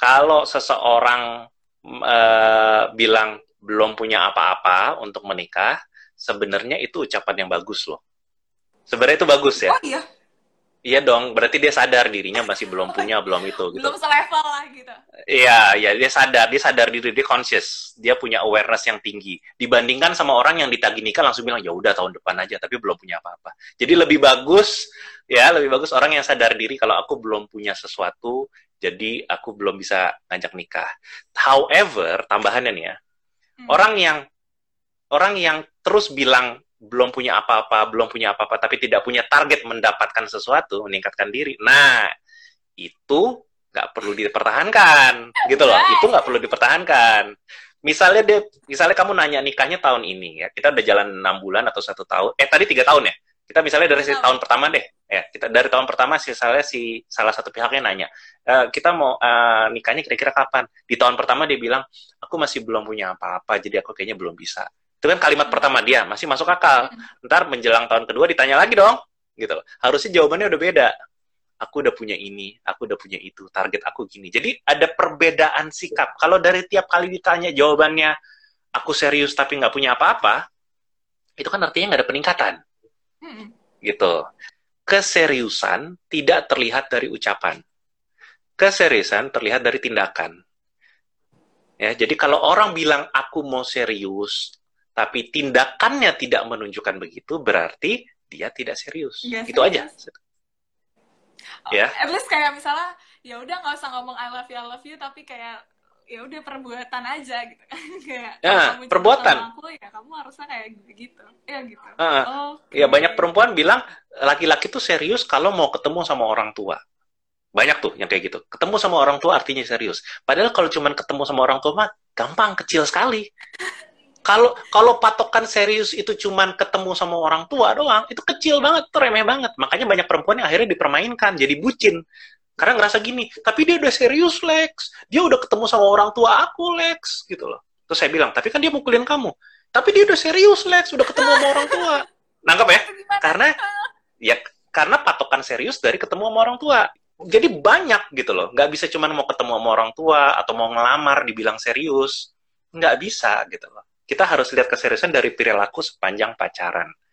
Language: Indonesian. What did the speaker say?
Kalau seseorang bilang belum punya apa-apa untuk menikah, sebenarnya itu ucapan yang bagus loh. Sebenarnya itu bagus ya. Oh iya. Iya dong, berarti dia sadar dirinya masih belum punya, belum itu gitu. Belum selevel lah gitu. Iya, ya dia sadar diri, dia conscious, dia punya awareness yang tinggi. Dibandingkan sama orang yang ditagih nikah langsung bilang ya udah tahun depan aja, tapi belum punya apa-apa. Jadi lebih bagus orang yang sadar diri kalau aku belum punya sesuatu, jadi aku belum bisa ngajak nikah. However, tambahannya nih ya, Hmm. orang yang orang yang terus bilang belum punya apa-apa, tapi tidak punya target mendapatkan sesuatu, meningkatkan diri. Nah, itu nggak perlu dipertahankan, gitu loh. Itu nggak perlu dipertahankan. Misalnya kamu nanya nikahnya tahun ini ya, kita udah jalan 6 bulan atau 1 tahun. Tadi 3 tahun ya. Kita misalnya dari 3 tahun. tahun pertama deh, ya. Kita dari tahun pertama, misalnya si salah satu pihaknya nanya, kita mau nikahnya kira-kira kapan? Di tahun pertama dia bilang, aku masih belum punya apa-apa, jadi aku kayaknya belum bisa. Itu kan kalimat Hmm. pertama dia, masih masuk akal. Hmm. Ntar menjelang tahun kedua ditanya lagi dong, gitu loh. Harusnya jawabannya udah beda, aku udah punya ini, aku udah punya itu, target aku gini. Jadi ada perbedaan sikap. Kalau dari tiap kali ditanya jawabannya, aku serius tapi nggak punya apa-apa, itu kan artinya nggak ada peningkatan. Hmm. Gitu. Keseriusan tidak terlihat dari ucapan. Keseriusan terlihat dari tindakan. Ya, jadi kalau orang bilang aku mau serius, tapi tindakannya tidak menunjukkan begitu, berarti dia tidak serius. Gak Itu aja. serius. Ya. At least kayak misalnya ya udah nggak usah ngomong I love you tapi kayak ya udah perbuatan aja gitu kan. Kayak kalau Nah, kamu cinta perbuatan. sama aku ya kamu harusnya kayak gitu ya gitu. Ya banyak Oke. perempuan bilang laki-laki tuh serius kalau mau ketemu sama orang tua. Banyak tuh yang kayak gitu. Ketemu sama orang tua artinya serius. Padahal kalau cuma ketemu sama orang tua mah gampang, kecil sekali. Kalau kalau patokan serius itu cuman ketemu sama orang tua doang, itu kecil banget, tuh remeh banget. Makanya banyak perempuan yang akhirnya dipermainkan, jadi bucin. Karena ngerasa gini, tapi dia udah serius, Lex. Dia udah ketemu sama orang tua aku, Lex. Gitu loh. Terus saya bilang, tapi kan dia mukulin kamu. Tapi dia udah serius, Lex. Udah ketemu sama orang tua. Nangkep ya? Itu gimana? Karena ya karena patokan serius dari ketemu sama orang tua. Jadi banyak gitu loh. Nggak bisa cuma mau ketemu sama orang tua atau mau ngelamar dibilang serius. Nggak bisa gitu loh. Kita harus lihat keseriusan dari perilaku sepanjang pacaran.